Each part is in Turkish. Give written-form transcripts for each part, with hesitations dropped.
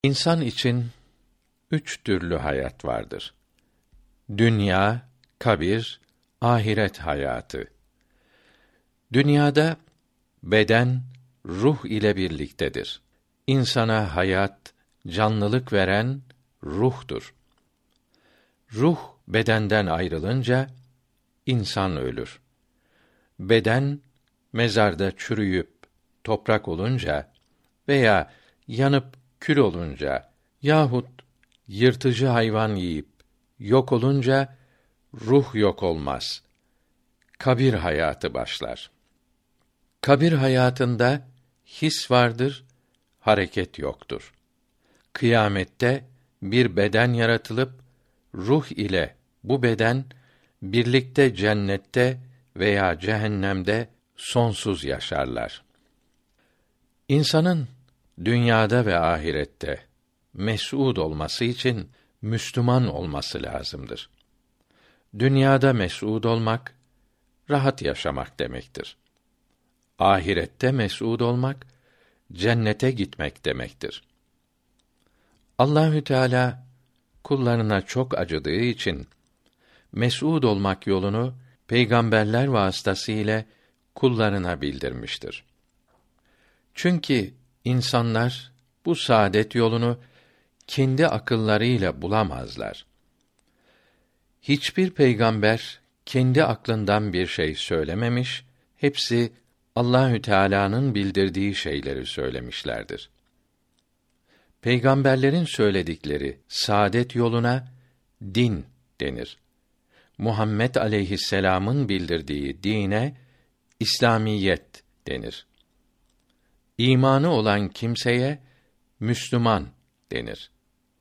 İnsan için üç türlü hayat vardır. Dünya, kabir, ahiret hayatı. Dünyada beden, ruh ile birliktedir. İnsana hayat, canlılık veren ruhtur. Ruh bedenden ayrılınca insan ölür. Beden mezarda çürüyüp toprak olunca veya yanıp kül olunca yahut yırtıcı hayvan yiyip yok olunca ruh yok olmaz. Kabir hayatı başlar. Kabir hayatında his vardır, hareket yoktur. Kıyamette bir beden yaratılıp ruh ile bu beden birlikte cennette veya cehennemde sonsuz yaşarlar. İnsanın dünyada ve ahirette mes'ud olması için Müslüman olması lazımdır. Dünyada mes'ud olmak rahat yaşamak demektir. Ahirette mes'ud olmak cennete gitmek demektir. Allahü Teala kullarına çok acıdığı için mes'ud olmak yolunu peygamberler vasıtasıyla kullarına bildirmiştir. Çünkü insanlar bu saadet yolunu kendi akıllarıyla bulamazlar. Hiçbir peygamber kendi aklından bir şey söylememiş, hepsi Allahü Teala'nın bildirdiği şeyleri söylemişlerdir. Peygamberlerin söyledikleri saadet yoluna din denir. Muhammed aleyhisselam'ın bildirdiği dine İslamiyet denir. İmanı olan kimseye Müslüman denir.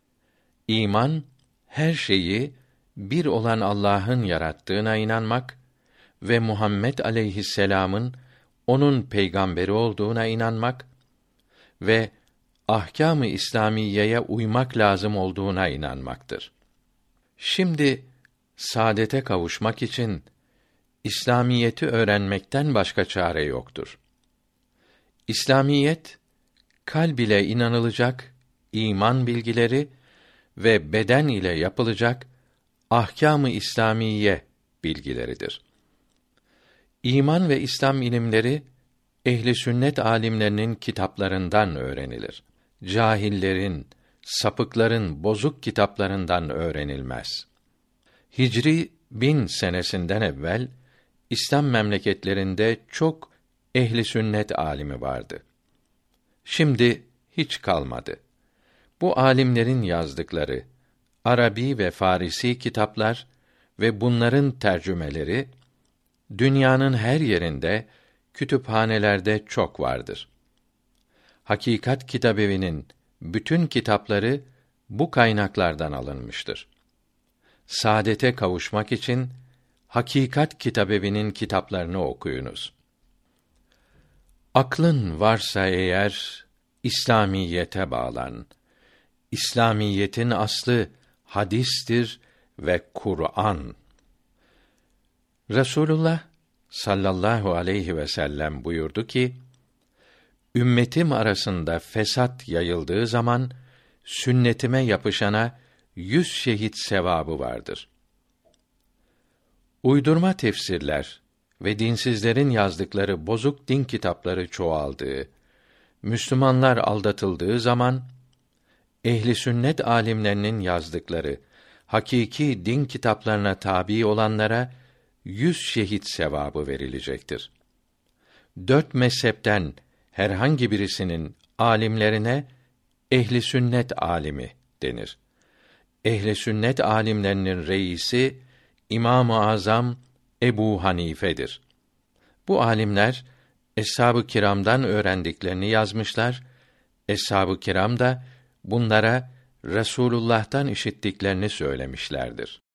İman her şeyi bir olan Allah'ın yarattığına inanmak ve Muhammed aleyhisselam'ın onun peygamberi olduğuna inanmak ve ahkâm-ı İslamiyeye uymak lazım olduğuna inanmaktır. Şimdi saadete kavuşmak için İslamiyeti öğrenmekten başka çare yoktur. İslamiyet kalb ile inanılacak iman bilgileri ve beden ile yapılacak ahkâm-ı İslamiye bilgileridir. İman ve İslam ilimleri ehli sünnet alimlerinin kitaplarından öğrenilir. Cahillerin, sapıkların bozuk kitaplarından öğrenilmez. Hicri 1000 senesinden evvel İslam memleketlerinde çok ehli sünnet alimi vardı. Şimdi hiç kalmadı. Bu alimlerin yazdıkları Arabi ve Farisi kitaplar ve bunların tercümeleri dünyanın her yerinde kütüphanelerde çok vardır. Hakikat Kitabevi'nin bütün kitapları bu kaynaklardan alınmıştır. Saadete kavuşmak için Hakikat Kitabevi'nin kitaplarını okuyunuz. Aklın varsa eğer İslamiyete bağlan. İslamiyetin aslı hadistir ve Kur'an. Resulullah sallallahu aleyhi ve sellem buyurdu ki: Ümmetim arasında fesat yayıldığı zaman sünnetime yapışana 100 şehit sevabı vardır. Uydurma tefsirler ve dinsizlerin yazdıkları bozuk din kitapları çoğaldığı, Müslümanlar aldatıldığı zaman ehli sünnet alimlerinin yazdıkları hakiki din kitaplarına tabi olanlara 100 şehit sevabı verilecektir. 4 mezhepten herhangi birisinin alimlerine ehli sünnet alimi denir. Ehli sünnet alimlerinin reisi İmam-ı Azam Ebu Hanife'dir. Bu alimler eshab-ı kiramdan öğrendiklerini yazmışlar. Eshab-ı kiram da bunlara Resulullah'tan işittiklerini söylemişlerdir.